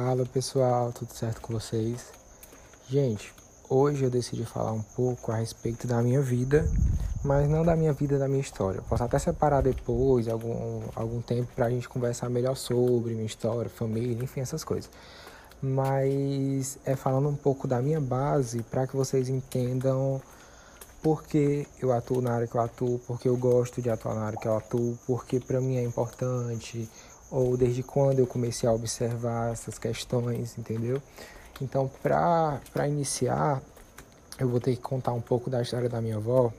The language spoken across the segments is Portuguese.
Fala pessoal, tudo certo com vocês? Gente, hoje eu decidi falar um pouco a respeito da minha vida, mas não da minha vida, da minha história. Posso até separar depois, algum tempo, pra gente conversar melhor sobre minha história, família, enfim, essas coisas. Mas é falando um pouco da minha base para que vocês entendam por que eu atuo na área que eu atuo, porque eu gosto de atuar na área que eu atuo, porque para mim é importante, ou desde quando eu comecei a observar essas questões, entendeu? Então, para iniciar, eu vou ter que contar um pouco da história da minha avó,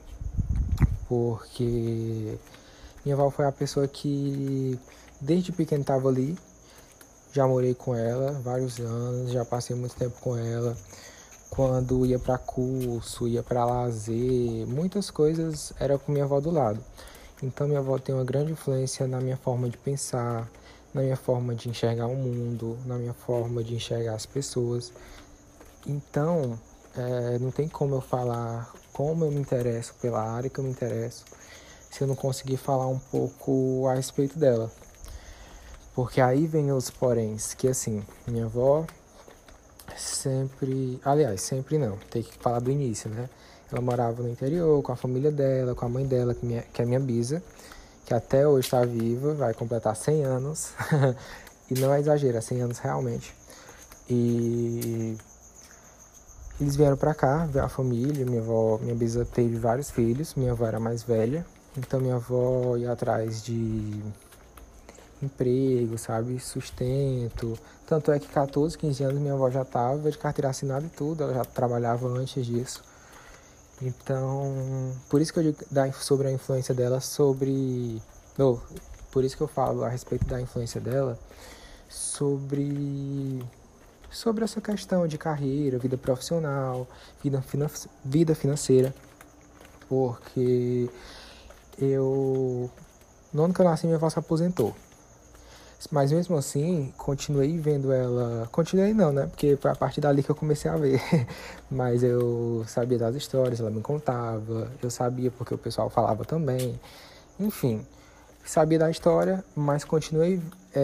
porque minha avó foi a pessoa que desde pequeno estava ali. Já morei com ela vários anos, já passei muito tempo com ela. Quando ia para curso, ia para lazer, muitas coisas era com minha avó do lado. Então minha avó tem uma grande influência na minha forma de pensar, na minha forma de enxergar o mundo, na minha forma de enxergar as pessoas. Então, não tem como eu falar como eu me interesso pela área que eu me interesso, se eu não conseguir falar um pouco a respeito dela. Porque aí vem os poréns, que assim, minha avó sempre... Aliás, sempre não, tem que falar do início, né? Ela morava no interior com a família dela, com a mãe dela, que é minha bisa, que até hoje está viva, vai completar 100 anos. E não é exagero, é 100 anos realmente. E eles vieram pra cá, ver a família. Minha bisa teve vários filhos, minha avó era mais velha. Então minha avó ia atrás de emprego, sabe, sustento. Tanto é que 14, 15 anos minha avó já estava de carteira assinada e tudo, ela já trabalhava antes disso. Então, por isso que eu digo sobre a influência dela por isso que eu falo a respeito da influência dela sobre essa questão de carreira, vida profissional, vida financeira. Porque no ano que eu nasci, minha avó se aposentou. Mas mesmo assim, continuei vendo ela... Continuei não, né? Porque foi a partir dali que eu comecei a ver. Mas eu sabia das histórias, ela me contava. Eu sabia porque o pessoal falava também. Enfim, sabia da história, mas continuei...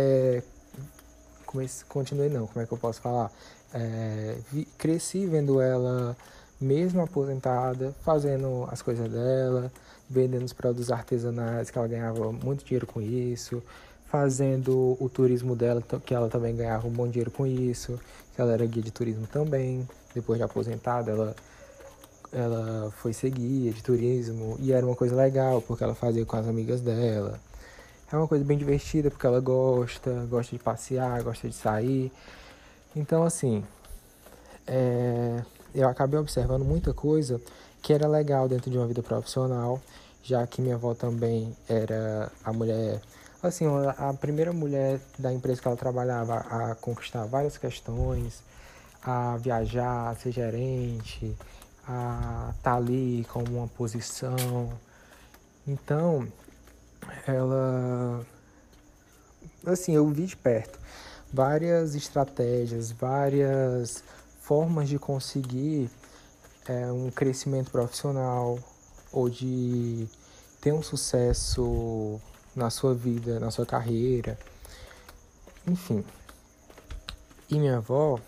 Continuei não, como é que eu posso falar? Cresci vendo ela, mesmo aposentada, fazendo as coisas dela, vendendo os produtos artesanais, que ela ganhava muito dinheiro com isso, fazendo o turismo dela, que ela também ganhava um bom dinheiro com isso, que ela era guia de turismo também. Depois de aposentada, ela foi ser guia de turismo, e era uma coisa legal, porque ela fazia com as amigas dela. É uma coisa bem divertida, porque ela gosta de passear, gosta de sair. Então, assim, eu acabei observando muita coisa que era legal dentro de uma vida profissional, já que minha avó também era a mulher, assim, a primeira mulher da empresa que ela trabalhava a conquistar várias questões, a viajar, a ser gerente, a estar ali com uma posição. Então, ela... Assim, eu vi de perto várias estratégias, várias formas de conseguir um crescimento profissional ou de ter um sucesso na sua vida, na sua carreira, enfim. E minha avó,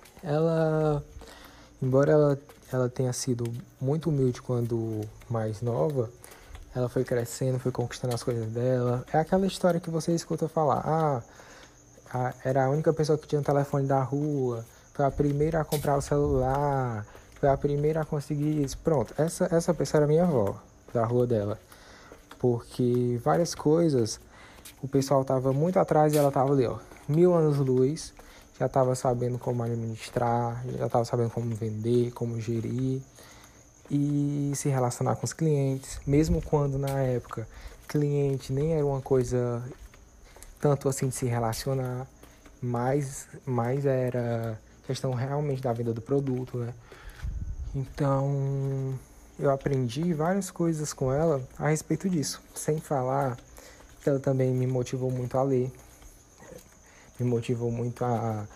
embora ela tenha sido muito humilde quando mais nova, ela foi crescendo, foi conquistando as coisas dela. É aquela história que você escuta falar, era a única pessoa que tinha um telefone da rua, foi a primeira a comprar o celular, foi a primeira a conseguir isso. Pronto, essa pessoa era minha avó, da rua dela. Porque várias coisas, o pessoal estava muito atrás e ela estava ali, ó, 1000 anos-luz, já estava sabendo como administrar, já estava sabendo como vender, como gerir e se relacionar com os clientes, mesmo quando na época cliente nem era uma coisa tanto assim de se relacionar, mas era questão realmente da venda do produto, né? Então eu aprendi várias coisas com ela a respeito disso, sem falar que ela também me motivou muito a ler, me motivou muito a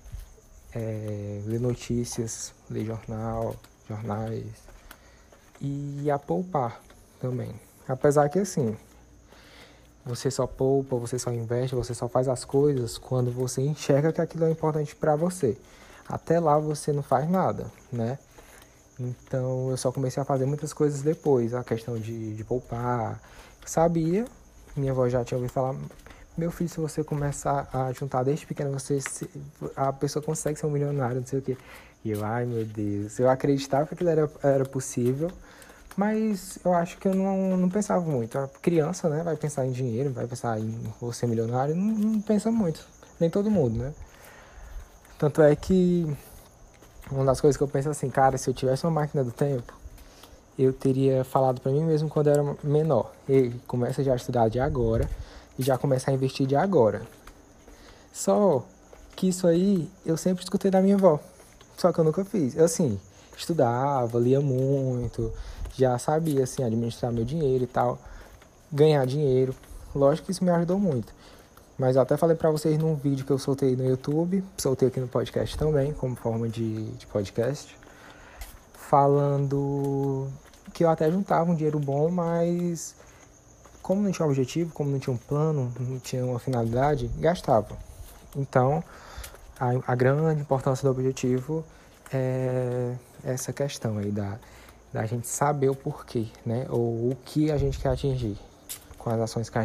ler notícias, ler jornais, e a poupar também. Apesar que assim, você só poupa, você só investe, você só faz as coisas quando você enxerga que aquilo é importante para você. Até lá você não faz nada, né? Então eu só comecei a fazer muitas coisas depois, a questão de poupar. Sabia, minha avó já tinha ouvido falar, meu filho, se você começar a juntar desde pequeno, a pessoa consegue ser um milionário, não sei o quê. E eu, ai meu Deus, eu acreditava que aquilo era possível, mas eu acho que eu não pensava muito. A criança, né, vai pensar em dinheiro, vai pensar em vou ser milionário, não pensa muito, nem todo mundo, né? Tanto é que uma das coisas que eu penso assim, cara, se eu tivesse uma máquina do tempo, eu teria falado pra mim mesmo quando eu era menor. Ei, começa já a estudar de agora e já começa a investir de agora. Só que isso aí eu sempre escutei da minha avó. Só que eu nunca fiz. Eu, assim, estudava, lia muito, já sabia, assim, administrar meu dinheiro e tal, ganhar dinheiro. Lógico que isso me ajudou muito. Mas eu até falei pra vocês num vídeo que eu soltei no YouTube, soltei aqui no podcast também, como forma de podcast, falando que eu até juntava um dinheiro bom, mas como não tinha um objetivo, como não tinha um plano, não tinha uma finalidade, gastava. Então, a grande importância do objetivo é essa questão aí da gente saber o porquê, né? Ou o que a gente quer atingir com as ações que a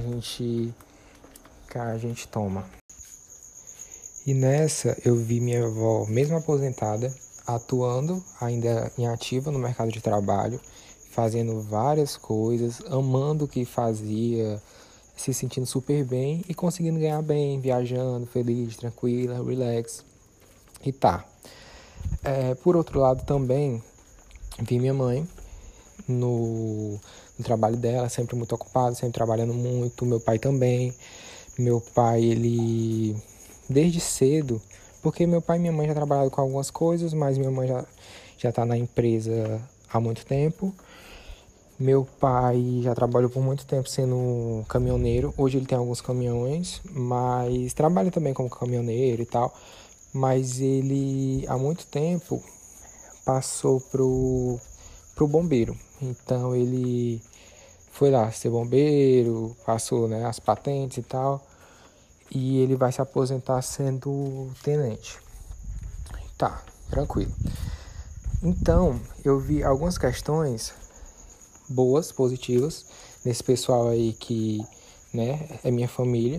gente toma. E nessa eu vi minha avó, mesmo aposentada, atuando ainda em ativa no mercado de trabalho, fazendo várias coisas, amando o que fazia, se sentindo super bem e conseguindo ganhar bem, viajando, feliz, tranquila, relax. E tá. Por outro lado também, vi minha mãe no trabalho dela, sempre muito ocupada, sempre trabalhando muito, meu pai também. Meu pai, ele, desde cedo, porque meu pai e minha mãe já trabalharam com algumas coisas, mas minha mãe já tá na empresa há muito tempo. Meu pai já trabalhou por muito tempo sendo caminhoneiro. Hoje ele tem alguns caminhões, mas trabalha também como caminhoneiro e tal. Mas ele, há muito tempo, passou pro bombeiro. Então ele foi lá ser bombeiro, passou, né, as patentes e tal. E ele vai se aposentar sendo tenente. Tá, tranquilo. Então, eu vi algumas questões boas, positivas, nesse pessoal aí que, né, é minha família.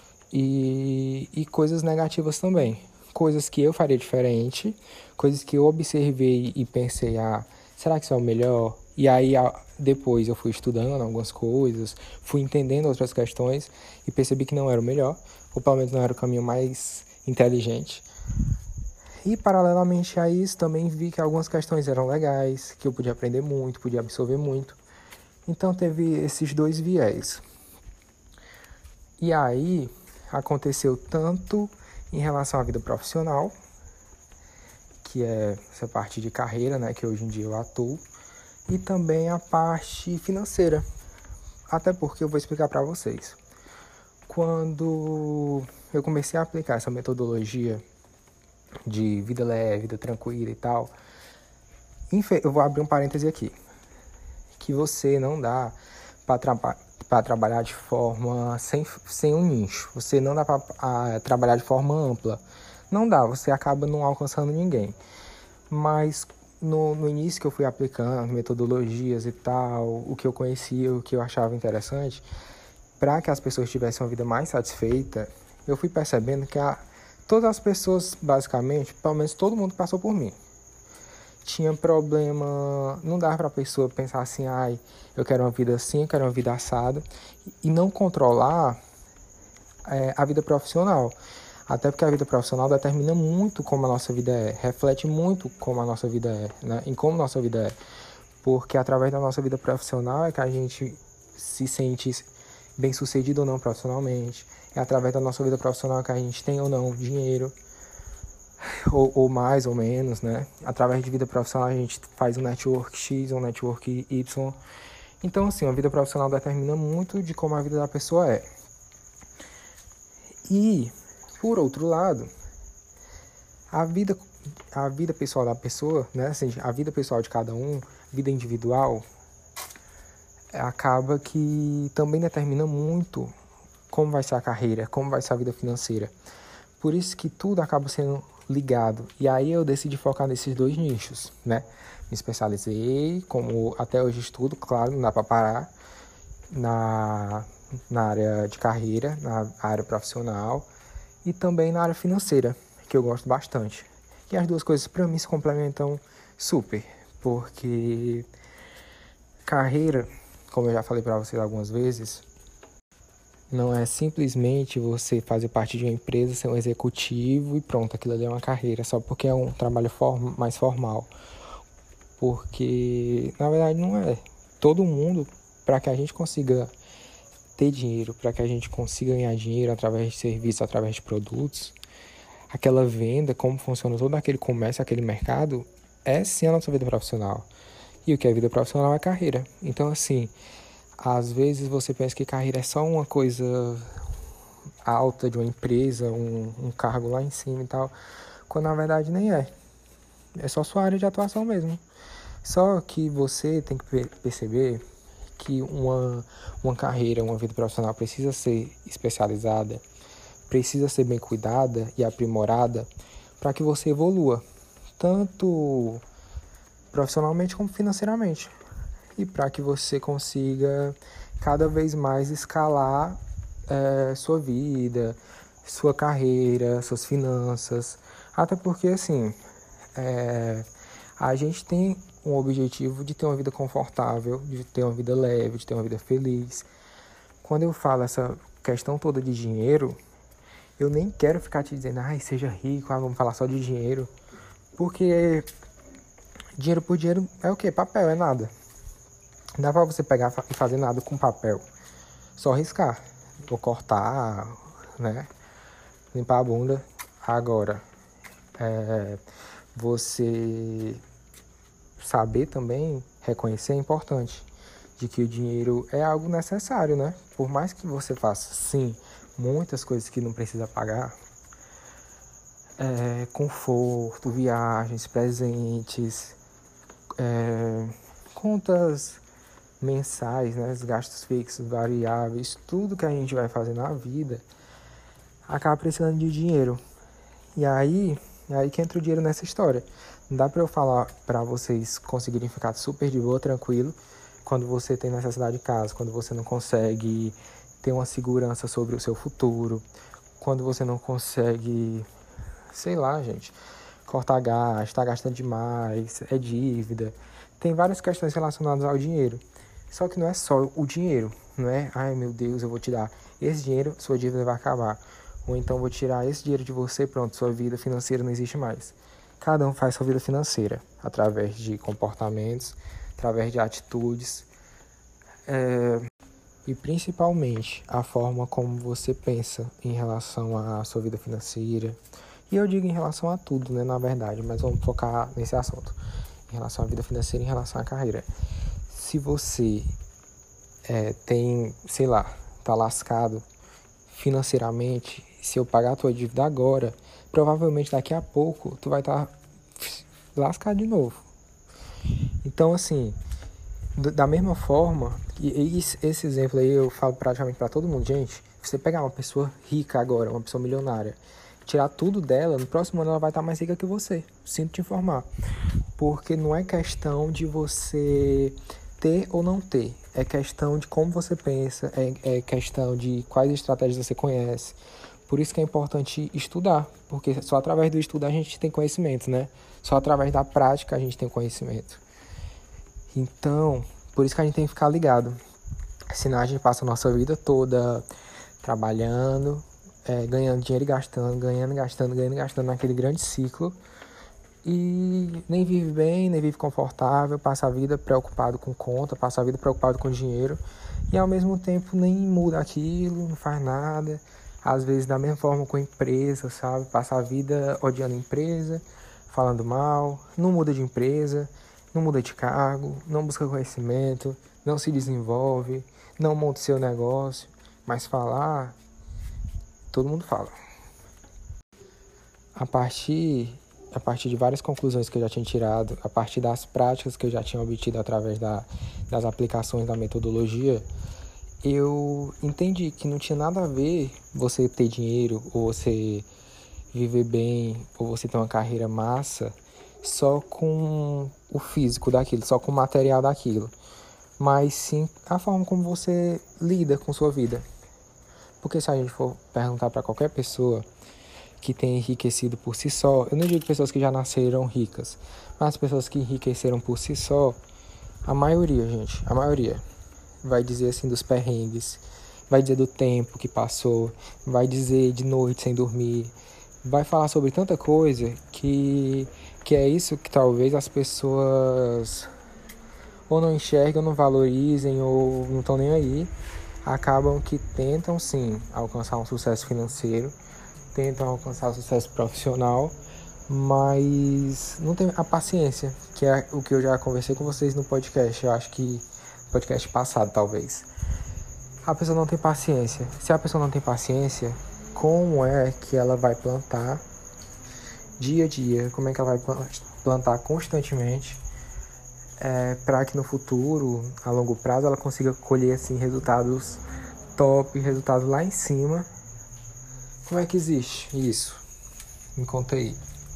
E coisas negativas também. Coisas que eu faria diferente, coisas que eu observei e pensei, será que isso é o melhor? E aí depois eu fui estudando algumas coisas, fui entendendo outras questões e percebi que não era o melhor, ou pelo menos não era o caminho mais inteligente. E paralelamente a isso também vi que algumas questões eram legais, que eu podia aprender muito, podia absorver muito. Então teve esses dois viés. E aí aconteceu tanto em relação à vida profissional, que é essa parte de carreira, né, que hoje em dia eu atuo, e também a parte financeira. Até porque eu vou explicar para vocês. Quando eu comecei a aplicar essa metodologia de vida leve, vida tranquila e tal, eu vou abrir um parêntese aqui, que você não dá para trabalhar de forma sem um nicho, você não dá para trabalhar de forma ampla, não dá, você acaba não alcançando ninguém. Mas no início que eu fui aplicando metodologias e tal, o que eu conhecia, o que eu achava interessante, para que as pessoas tivessem uma vida mais satisfeita, eu fui percebendo que todas as pessoas, basicamente, pelo menos todo mundo passou por mim. Tinha problema, não dava para a pessoa pensar assim, eu quero uma vida assim, eu quero uma vida assada, e não controlar a vida profissional. Até porque a vida profissional determina muito como a nossa vida é, reflete muito como a nossa vida é, né? Em como a nossa vida é. Porque através da nossa vida profissional é que a gente se sente bem-sucedido ou não profissionalmente. É através da nossa vida profissional que a gente tem ou não dinheiro, ou mais ou menos, né? Através de vida profissional a gente faz um network X ou um network Y. Então, assim, a vida profissional determina muito de como a vida da pessoa é. E, por outro lado, a vida pessoal da pessoa, né? Assim, a vida pessoal de cada um, vida individual, acaba que também determina muito como vai ser a carreira, como vai ser a vida financeira. Por isso que tudo acaba sendo ligado. E aí eu decidi focar nesses 2 nichos, né? Me especializei, como até hoje estudo, claro, não dá para parar, na área de carreira, na área profissional e também na área financeira, que eu gosto bastante. E as 2 coisas para mim se complementam super, porque carreira, como eu já falei para vocês algumas vezes, não é simplesmente você fazer parte de uma empresa, ser um executivo e pronto, aquilo ali é uma carreira, só porque é um trabalho mais formal. Porque, na verdade, não é. Todo mundo, para que a gente consiga ter dinheiro, para que a gente consiga ganhar dinheiro através de serviços, através de produtos, aquela venda, como funciona todo aquele comércio, aquele mercado, é sim a nossa vida profissional. E o que é vida profissional é carreira. Então, assim, às vezes você pensa que carreira é só uma coisa alta de uma empresa, um cargo lá em cima e tal, quando na verdade nem é. É só sua área de atuação mesmo. Só que você tem que perceber que uma carreira, uma vida profissional precisa ser especializada, precisa ser bem cuidada e aprimorada para que você evolua, tanto profissionalmente como financeiramente. E para que você consiga cada vez mais escalar sua vida, sua carreira, suas finanças. Até porque, assim, a gente tem um objetivo de ter uma vida confortável, de ter uma vida leve, de ter uma vida feliz. Quando eu falo essa questão toda de dinheiro, eu nem quero ficar te dizendo, ai, seja rico, vamos falar só de dinheiro. Porque dinheiro por dinheiro é o quê? Papel, é nada. Não dá pra você pegar e fazer nada com papel. Só riscar, ou cortar, né? Limpar a bunda. Agora, você saber também reconhecer é importante de que o dinheiro é algo necessário, né? Por mais que você faça, sim, muitas coisas que não precisa pagar, conforto, viagens, presentes, contas mensais, né? Os gastos fixos, variáveis, tudo que a gente vai fazer na vida acaba precisando de dinheiro. E aí que entra o dinheiro nessa história. Não dá pra eu falar pra vocês conseguirem ficar super de boa, tranquilo, quando você tem necessidade de casa, quando você não consegue ter uma segurança sobre o seu futuro, quando você não consegue, sei lá, gente, cortar gasto, tá gastando demais, é dívida. Tem várias questões relacionadas ao dinheiro. Só que não é só o dinheiro, não é, ai meu Deus, eu vou te dar esse dinheiro, sua dívida vai acabar. Ou então vou tirar esse dinheiro de você, pronto, sua vida financeira não existe mais. Cada um faz sua vida financeira através de comportamentos, através de atitudes, e principalmente a forma como você pensa em relação à sua vida financeira. E eu digo em relação a tudo, né, na verdade, mas vamos focar nesse assunto. Em relação à vida financeira, em relação à carreira. Se você tem, sei lá, tá lascado financeiramente, se eu pagar a tua dívida agora, provavelmente daqui a pouco tu vai estar lascado de novo. Então, assim, da mesma forma, e esse exemplo aí eu falo praticamente para todo mundo, gente, você pegar uma pessoa rica agora, uma pessoa milionária, tirar tudo dela, no próximo ano ela vai estar mais rica que você, sinto te informar. Porque não é questão de você ter ou não ter, é questão de como você pensa, é questão de quais estratégias você conhece. Por isso que é importante estudar, porque só através do estudo a gente tem conhecimento, né? Só através da prática a gente tem conhecimento. Então, por isso que a gente tem que ficar ligado. Senão a gente passa a nossa vida toda trabalhando, ganhando dinheiro e gastando, ganhando, gastando, ganhando, gastando naquele grande ciclo. E nem vive bem, nem vive confortável, passa a vida preocupado com conta, passa a vida preocupado com dinheiro. E ao mesmo tempo nem muda aquilo, não faz nada. Às vezes da mesma forma com a empresa, sabe? Passa a vida odiando a empresa, falando mal, não muda de empresa, não muda de cargo, não busca conhecimento, não se desenvolve, não monta o seu negócio. Mas falar, todo mundo fala. A partir de várias conclusões que eu já tinha tirado, a partir das práticas que eu já tinha obtido através das aplicações da metodologia, eu entendi que não tinha nada a ver você ter dinheiro, ou você viver bem, ou você ter uma carreira massa, só com o físico daquilo, só com o material daquilo, mas sim a forma como você lida com sua vida. Porque se a gente for perguntar para qualquer pessoa que tem enriquecido por si só, eu não digo pessoas que já nasceram ricas, mas pessoas que enriqueceram por si só, a maioria, gente, a maioria vai dizer assim dos perrengues, vai dizer do tempo que passou, vai dizer de noite sem dormir, vai falar sobre tanta coisa que é isso que talvez as pessoas ou não enxergam, não valorizem ou não estão nem aí. Acabam que tentam sim alcançar um sucesso financeiro, tentam alcançar um sucesso profissional, mas não tem a paciência, que é o que eu já conversei com vocês no podcast, eu acho que podcast passado talvez. A pessoa não tem paciência. Se a pessoa não tem paciência, como é que ela vai plantar dia a dia? Como é que ela vai plantar constantemente para que no futuro, a longo prazo, ela consiga colher assim, resultados top, resultados lá em cima? Como é que existe isso? Me conta aí.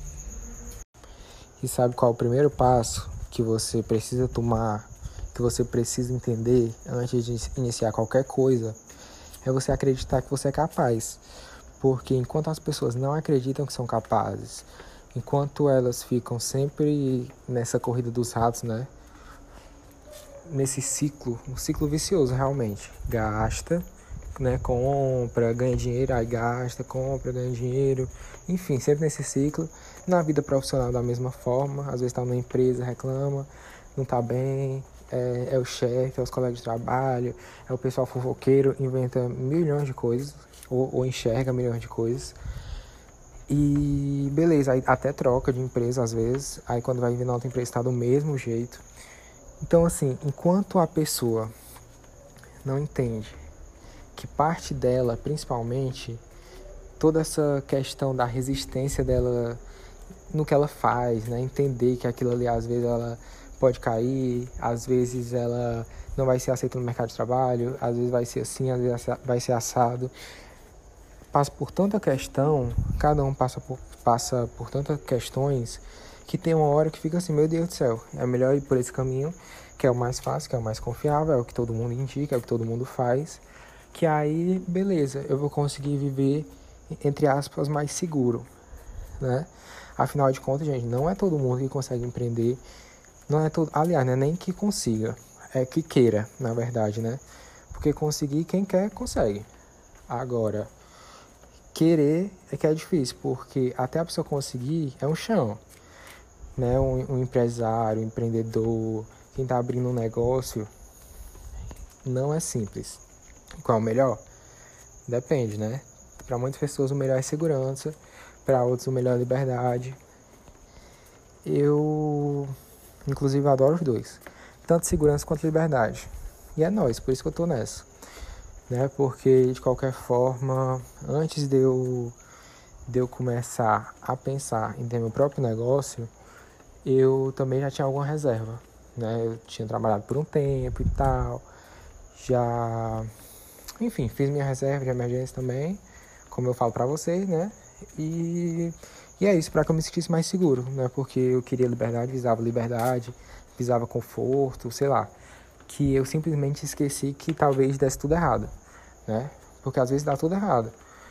E sabe qual é o primeiro passo que você precisa tomar, que você precisa entender antes de iniciar qualquer coisa? É você acreditar que você é capaz. Porque enquanto as pessoas não acreditam que são capazes, enquanto elas ficam sempre nessa corrida dos ratos, né? Nesse ciclo, um ciclo vicioso realmente. Gasta, né? Compra, ganha dinheiro, aí gasta, compra, ganha dinheiro. Enfim, sempre nesse ciclo. Na vida profissional da mesma forma. Às vezes está numa empresa, reclama, não está bem. É o chefe, é os colegas de trabalho, é o pessoal fofoqueiro, inventa milhões de coisas, ou enxerga milhões de coisas. E beleza, aí até troca de empresa às vezes, aí quando vai vir na outra empresa está do mesmo jeito. Então assim, enquanto a pessoa não entende que parte dela, principalmente, toda essa questão da resistência dela no que ela faz, né? Entender que aquilo ali às vezes ela pode cair, às vezes ela não vai ser aceita no mercado de trabalho, às vezes vai ser assim, às vezes vai ser assado. Passa por tanta questão, cada um passa por tantas questões, que tem uma hora que fica assim, meu Deus do céu, é melhor ir por esse caminho, que é o mais fácil, que é o mais confiável, é o que todo mundo indica, é o que todo mundo faz, que aí, beleza, eu vou conseguir viver, entre aspas, mais seguro, né? Afinal de contas, gente, não é todo mundo que consegue empreender, não é todo, aliás, não é nem que consiga, é que queira, na verdade, né? Porque conseguir, quem quer, consegue. Agora, querer é que é difícil, porque até a pessoa conseguir é um chão, né? Um empresário, um empreendedor, quem está abrindo um negócio, não é simples. Qual é o melhor? Depende, né? Para muitas pessoas o melhor é segurança, para outros o melhor é liberdade. Eu, inclusive, adoro os dois, tanto segurança quanto liberdade. E é nóis, por isso que eu tô nessa. Né? Porque de qualquer forma, antes de eu começar a pensar em ter meu próprio negócio, eu também já tinha alguma reserva, né? Eu tinha trabalhado por um tempo e tal, já, enfim, fiz minha reserva de emergência também, como eu falo pra vocês, né? E é isso, para que eu me sentisse mais seguro, né? Porque eu queria liberdade, visava conforto, sei lá, que eu simplesmente esqueci que talvez desse tudo errado, né? Porque às vezes dá tudo errado.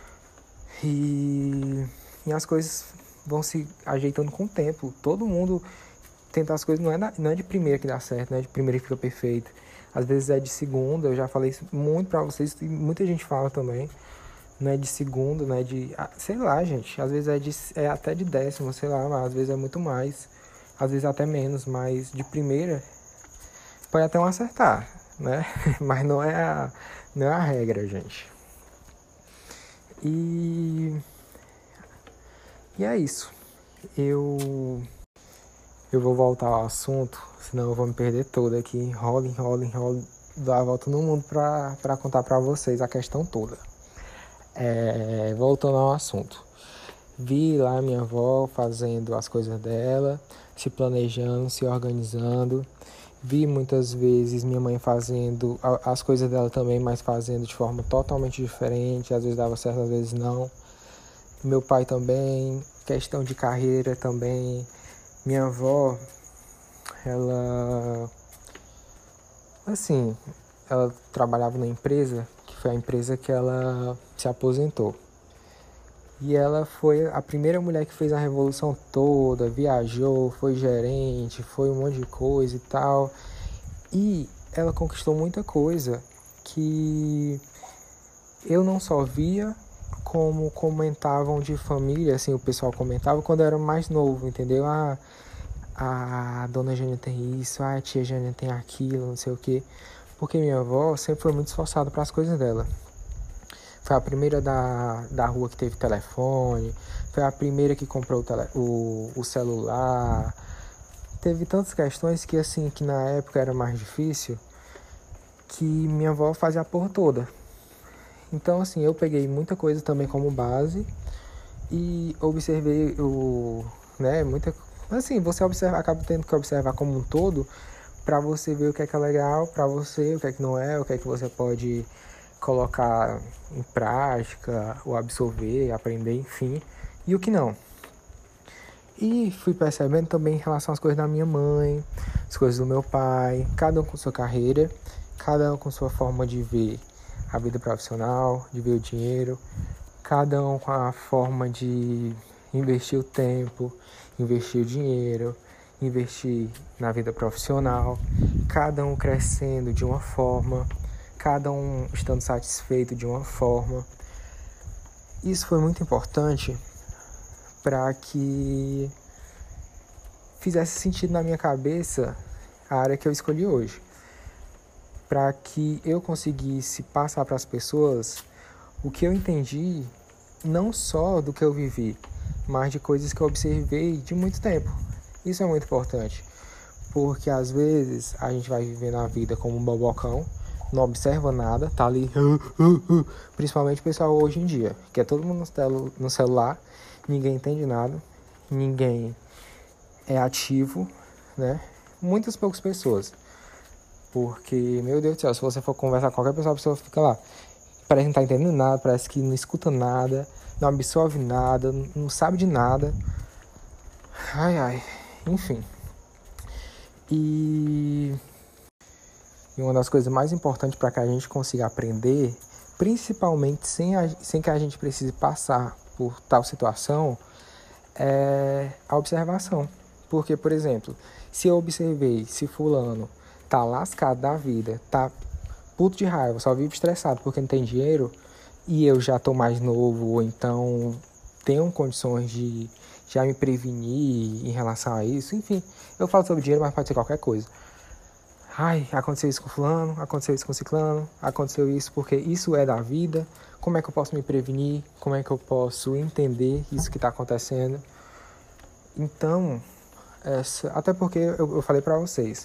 E as coisas vão se ajeitando com o tempo. Todo mundo tenta as coisas, não é de primeira que dá certo, não é de primeira que fica perfeito. Às vezes é de segunda, eu já falei isso muito pra vocês, e muita gente fala também. Não é de segunda, não é de... sei lá, gente. Às vezes é até de décima, sei lá, mas às vezes é muito mais. Às vezes até menos, mas de primeira pode até um acertar, né? Mas não é a regra, gente. E é isso. Eu vou voltar ao assunto, senão eu vou me perder todo aqui. Enrolo, dar a volta no mundo pra contar pra vocês a questão toda. Voltando ao assunto. Vi lá minha avó fazendo as coisas dela, se planejando, se organizando. Vi muitas vezes minha mãe fazendo as coisas dela também, mas fazendo de forma totalmente diferente. Às vezes dava certo, às vezes não. Meu pai também, questão de carreira também. Minha avó, ela, assim, ela trabalhava na empresa, que foi a empresa que ela se aposentou. E ela foi a primeira mulher que fez a revolução toda, viajou, foi gerente, foi um monte de coisa e tal. E ela conquistou muita coisa que eu não só via, como comentavam de família, assim, o pessoal comentava quando eu era mais novo, entendeu? A dona Jânia tem isso, a tia Jânia tem aquilo, não sei o quê. Porque minha avó sempre foi muito esforçada para as coisas dela. Foi a primeira da rua que teve telefone, foi a primeira que comprou o celular. Teve tantas questões que, assim, que na época era mais difícil, que minha avó fazia a porra toda. Então, assim, eu peguei muita coisa também como base e observei muita, assim, você acaba tendo que observar como um todo para você ver o que é legal para você, o que é que não é, o que é que você pode colocar em prática, ou absorver, aprender, enfim, e o que não. E fui percebendo também em relação às coisas da minha mãe, as coisas do meu pai, cada um com sua carreira, cada um com sua forma de ver a vida profissional, de ver o dinheiro, cada um com a forma de investir o tempo, investir o dinheiro, investir na vida profissional, cada um crescendo de uma forma, cada um estando satisfeito de uma forma. Isso foi muito importante para que fizesse sentido na minha cabeça a área que eu escolhi hoje. Para que eu conseguisse passar para as pessoas o que eu entendi, não só do que eu vivi, mas de coisas que eu observei de muito tempo. Isso é muito importante, porque às vezes a gente vai viver na vida como um bobocão, não observa nada, tá ali, principalmente o pessoal hoje em dia, que é todo mundo no celular, ninguém entende nada, ninguém é ativo, né? Muitas poucas pessoas. Porque, meu Deus do céu, se você for conversar com qualquer pessoa, a pessoa fica lá, parece que não tá entendendo nada, parece que não escuta nada, não absorve nada, não sabe de nada. Ai, enfim. E uma das coisas mais importantes para que a gente consiga aprender, principalmente sem que a gente precise passar por tal situação, é a observação. Porque, por exemplo, se eu observei, se fulano tá lascado da vida, tá puto de raiva, só vive estressado porque não tem dinheiro, e eu já tô mais novo, ou então tenho condições de já me prevenir em relação a isso, enfim, eu falo sobre dinheiro, mas pode ser qualquer coisa. Ai, aconteceu isso com fulano, aconteceu isso com ciclano, aconteceu isso porque isso é da vida, como é que eu posso me prevenir, como é que eu posso entender isso que está acontecendo. Então, até porque eu falei para vocês,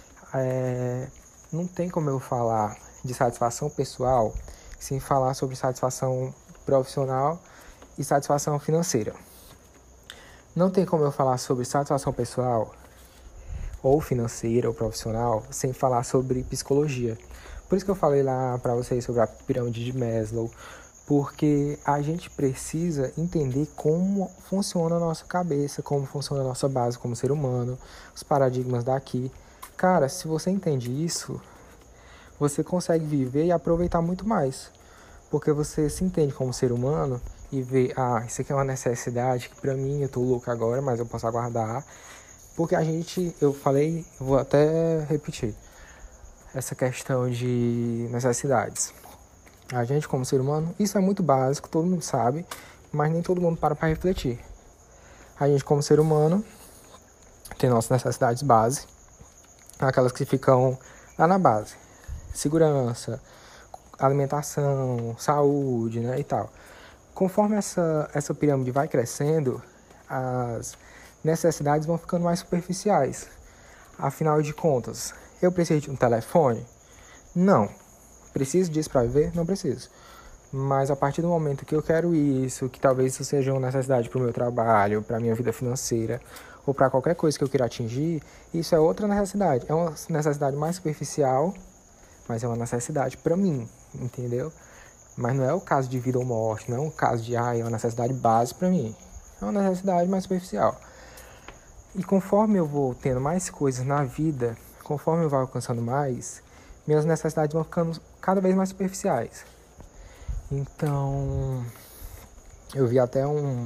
não tem como eu falar de satisfação pessoal sem falar sobre satisfação profissional e satisfação financeira. Não tem como eu falar sobre satisfação pessoal ou financeira ou profissional sem falar sobre psicologia. Por isso que eu falei lá para vocês sobre a pirâmide de Maslow, porque a gente precisa entender como funciona a nossa cabeça, como funciona a nossa base como ser humano, os paradigmas daqui. Cara, se você entende isso, você consegue viver e aproveitar muito mais, porque você se entende como ser humano e vê, isso aqui é uma necessidade que pra mim, eu tô louco agora, mas eu posso aguardar. Porque eu falei, vou até repetir, essa questão de necessidades. A gente como ser humano, isso é muito básico, todo mundo sabe, mas nem todo mundo para refletir. A gente como ser humano tem nossas necessidades base, aquelas que ficam lá na base. Segurança, alimentação, saúde, né, e tal. Conforme essa pirâmide vai crescendo, as necessidades vão ficando mais superficiais. Afinal de contas, eu preciso de um telefone? Não. Preciso disso para viver? Não preciso. Mas a partir do momento que eu quero isso, que talvez isso seja uma necessidade para o meu trabalho, para a minha vida financeira, ou para qualquer coisa que eu queira atingir, isso é outra necessidade. É uma necessidade mais superficial, mas é uma necessidade para mim, entendeu? Mas não é o caso de vida ou morte, não é um caso de, é uma necessidade base para mim. É uma necessidade mais superficial. E conforme eu vou tendo mais coisas na vida, conforme eu vou alcançando mais, minhas necessidades vão ficando cada vez mais superficiais. Então, eu vi até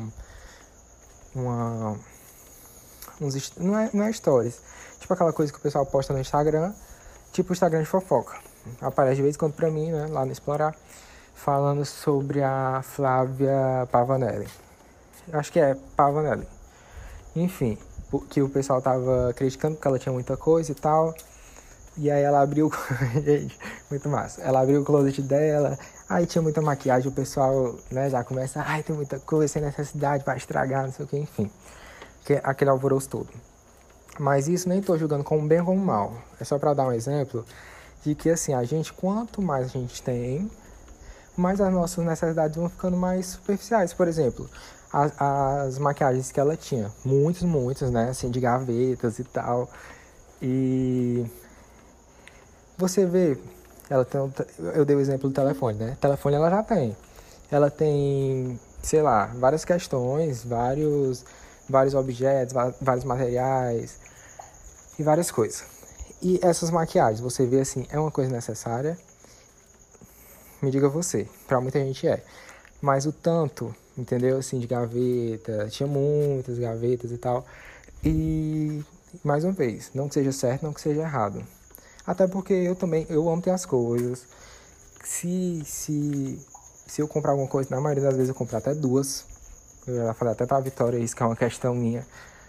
não é stories, tipo aquela coisa que o pessoal posta no Instagram, tipo o Instagram de fofoca. Aparece de vez em quando pra mim, né, lá no Explorar, falando sobre a Flávia Pavanelli. Acho que é Pavanelli. Enfim, que o pessoal tava criticando porque ela tinha muita coisa e tal. E aí ela abriu... Gente, muito massa. Ela abriu o closet dela, aí tinha muita maquiagem, o pessoal, né, já começa... tem muita coisa, sem necessidade, vai estragar, não sei o que, enfim. Aquele alvoroço todo. Mas isso nem tô julgando como bem ou como mal. É só pra dar um exemplo de que, assim, a gente, quanto mais a gente tem, mais as nossas necessidades vão ficando mais superficiais. Por exemplo, as maquiagens que ela tinha. Muitas, né, assim, de gavetas e tal. E... você vê, ela tem, eu dei o exemplo do telefone, né? Telefone ela já tem. Ela tem, sei lá, várias questões, vários objetos, vários materiais e várias coisas. E essas maquiagens, você vê assim, é uma coisa necessária? Me diga você, pra muita gente é. Mas o tanto, entendeu? Assim, de gaveta, tinha muitas gavetas e tal. E, mais uma vez, não que seja certo, não que seja errado. Até porque eu amo ter as coisas. Se eu comprar alguma coisa, na maioria das vezes eu compro até duas. Eu já falei até pra Vitória isso, que é uma questão minha.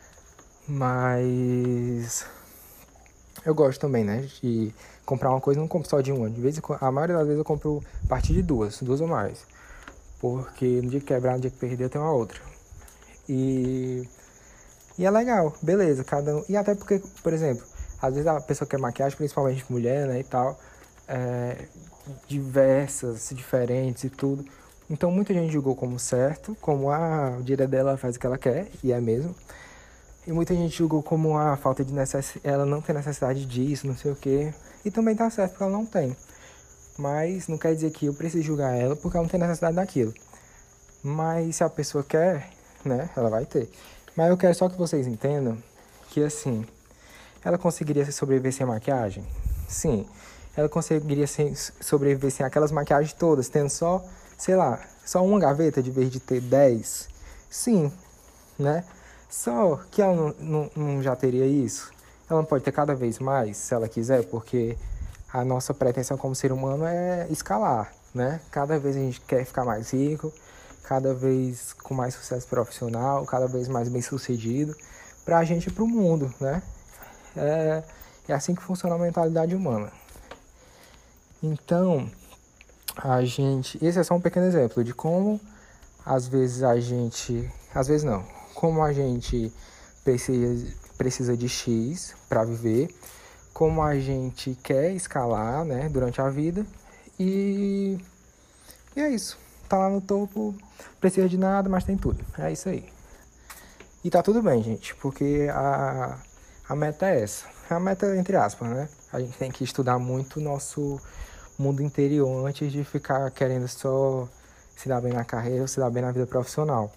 Mas eu gosto também, né, de comprar uma coisa, não compro só de uma. A maioria das vezes eu compro a partir de duas ou mais. Porque no dia que quebrar, no dia que perder, eu tenho uma outra. E é legal, beleza, cada um. E até porque, por exemplo, às vezes a pessoa quer maquiagem, principalmente mulher, né, e tal, diversas, diferentes e tudo. Então muita gente julgou como certo, como o dia dela faz o que ela quer, e é mesmo. E muita gente julgou como a falta de necessidade, ela não tem necessidade disso, não sei o quê. E também tá certo, porque ela não tem. Mas não quer dizer que eu preciso julgar ela porque ela não tem necessidade daquilo. Mas se a pessoa quer, né, ela vai ter. Mas eu quero só que vocês entendam que, assim, ela conseguiria sobreviver sem maquiagem? Sim. Ela conseguiria sobreviver sem aquelas maquiagens todas, tendo só, sei lá, só uma gaveta de vez de ter 10? Sim, né? Só que ela não já teria isso. Ela não pode ter cada vez mais, se ela quiser, porque a nossa pretensão como ser humano é escalar, né? Cada vez a gente quer ficar mais rico, cada vez com mais sucesso profissional, cada vez mais bem-sucedido, pra gente e pro mundo, né? É assim que funciona a mentalidade humana. Então, esse é só um pequeno exemplo de como, às vezes como a gente precisa de X para viver, como a gente quer escalar, né, durante a vida, e é isso. Tá lá no topo, precisa de nada, mas tem tudo. É isso aí. E tá tudo bem, gente, porque a meta é essa. A meta, entre aspas, né? A gente tem que estudar muito o nosso mundo interior antes de ficar querendo só se dar bem na carreira ou se dar bem na vida profissional.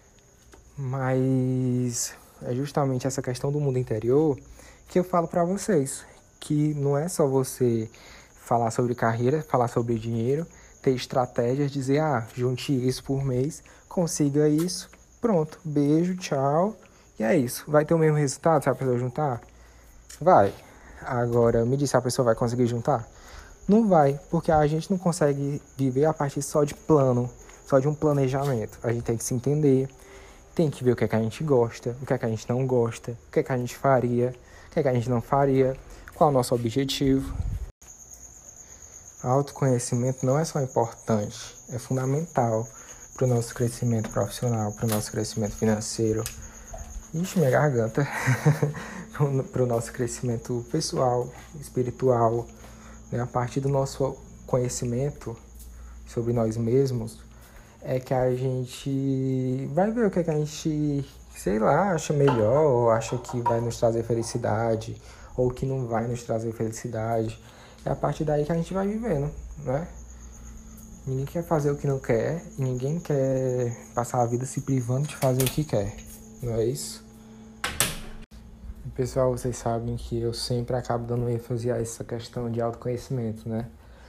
Mas é justamente essa questão do mundo interior que eu falo pra vocês. Que não é só você falar sobre carreira, falar sobre dinheiro, ter estratégias, dizer, junte isso por mês, consiga isso, pronto, beijo, tchau, e é isso. Vai ter o mesmo resultado se a pessoa juntar? Vai. Agora, me diz se a pessoa vai conseguir juntar? Não vai, porque a gente não consegue viver a partir só de plano, só de um planejamento. A gente tem que se entender, tem que ver o que é que a gente gosta, o que é que a gente não gosta, o que é que a gente faria, o que é que a gente não faria, qual é o nosso objetivo. Autoconhecimento não é só importante, é fundamental para o nosso crescimento profissional, para o nosso crescimento financeiro. Ixi, minha garganta. Para o nosso crescimento pessoal, espiritual, né? A partir do nosso conhecimento sobre nós mesmos, é que a gente vai ver o que é que a gente sei lá, acha melhor, ou acha que vai nos trazer felicidade, ou que não vai nos trazer felicidade. É a partir daí que a gente vai vivendo, né? Ninguém quer fazer o que não quer, e ninguém quer passar a vida se privando de fazer o que quer, não é isso? Pessoal, vocês sabem que eu sempre acabo dando ênfase a essa questão de autoconhecimento, né?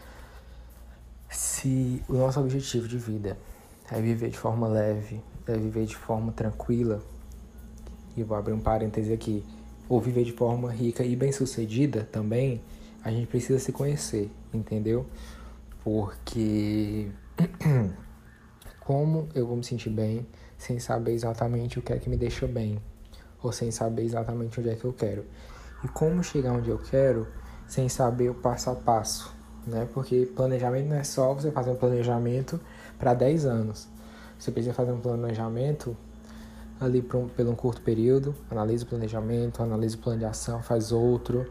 Se o nosso objetivo de vida é viver de forma leve, é viver de forma tranquila, e vou abrir um parêntese aqui, ou viver de forma rica e bem-sucedida também, a gente precisa se conhecer, entendeu? Porque como eu vou me sentir bem sem saber exatamente o que é que me deixa bem, ou sem saber exatamente onde é que eu quero. E como chegar onde eu quero sem saber o passo a passo, né? Porque planejamento não é só você fazer um planejamento para 10 anos. Você precisa fazer um planejamento ali por um curto período, analisa o planejamento, analisa o plano de ação, faz outro,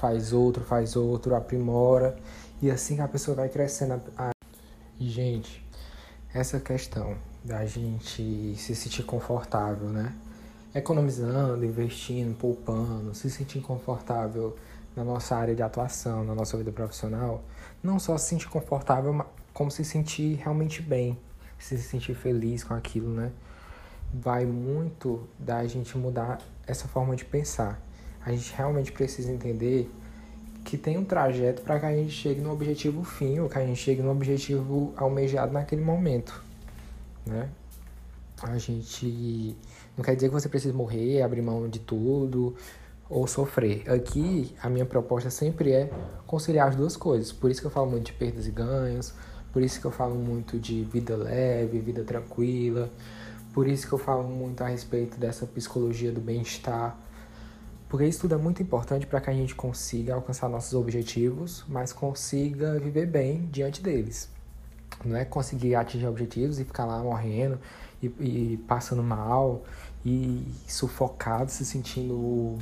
aprimora, e assim que a pessoa vai crescendo. Gente, essa questão da gente se sentir confortável, né? Economizando, investindo, poupando, se sentir confortável na nossa área de atuação, na nossa vida profissional, não só se sentir confortável, como se sentir realmente bem, se sentir feliz com aquilo, né? Vai muito da gente mudar essa forma de pensar. A gente realmente precisa entender que tem um trajeto para que a gente chegue no objetivo fim, ou que a gente chegue no objetivo almejado naquele momento, né? A gente não quer dizer que você precisa morrer, abrir mão de tudo ou sofrer. Aqui, a minha proposta sempre é conciliar as duas coisas. Por isso que eu falo muito de perdas e ganhos, por isso que eu falo muito de vida leve, vida tranquila, por isso que eu falo muito a respeito dessa psicologia do bem-estar, porque isso tudo é muito importante para que a gente consiga alcançar nossos objetivos, mas consiga viver bem diante deles. Não é conseguir atingir objetivos e ficar lá morrendo e passando mal e sufocado, se sentindo,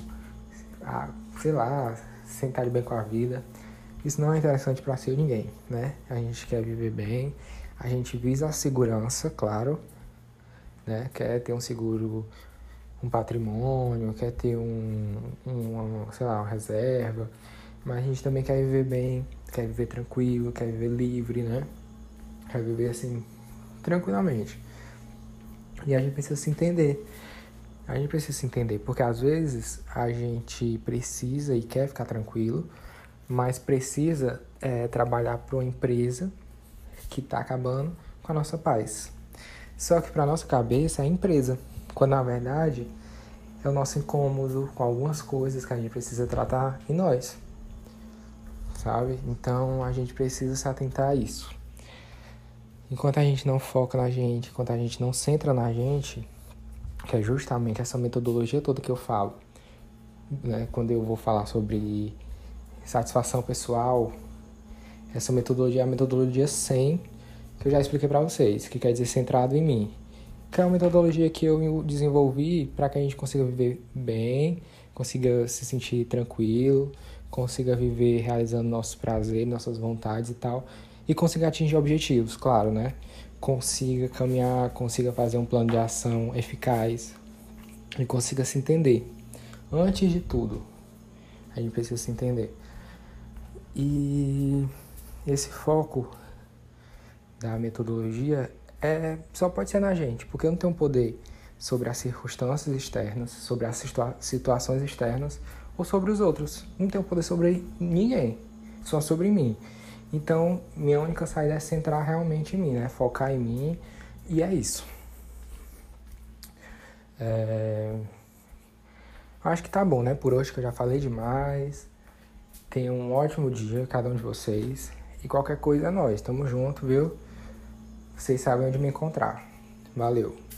sei lá, sem estar de bem com a vida. Isso não é interessante para si ou ninguém, né? A gente quer viver bem, a gente visa a segurança, claro, né? Quer ter um seguro, um patrimônio, quer ter sei lá, uma reserva, mas a gente também quer viver bem, quer viver tranquilo, quer viver livre, né? Quer viver assim, tranquilamente. E a gente precisa se entender. A gente precisa se entender, porque às vezes a gente precisa e quer ficar tranquilo, mas precisa trabalhar para uma empresa que está acabando com a nossa paz. Só que para nossa cabeça é a empresa, quando na verdade é o nosso incômodo com algumas coisas que a gente precisa tratar em nós, sabe? Então a gente precisa se atentar a isso. Enquanto a gente não foca na gente, enquanto a gente não centra na gente, que é justamente essa metodologia toda que eu falo, né? Quando eu vou falar sobre satisfação pessoal, essa metodologia é a metodologia 100, que eu já expliquei para vocês, que quer dizer centrado em mim. Que é uma metodologia que eu desenvolvi para que a gente consiga viver bem, consiga se sentir tranquilo, consiga viver realizando nossos prazeres, nossas vontades e tal, e consiga atingir objetivos, claro, né? Consiga caminhar, consiga fazer um plano de ação eficaz e consiga se entender. Antes de tudo, a gente precisa se entender. E esse foco da metodologia só pode ser na gente, porque eu não tenho poder sobre as circunstâncias externas, sobre as situações externas ou sobre os outros. Não tenho poder sobre ninguém, só sobre mim. Então, minha única saída é centrar realmente em mim, né? Focar em mim, e é isso. Acho que tá bom, né? Por hoje que eu já falei demais. Tenham um ótimo dia, cada um de vocês. E qualquer coisa é nóis. Tamo junto, viu? Vocês sabem onde me encontrar. Valeu!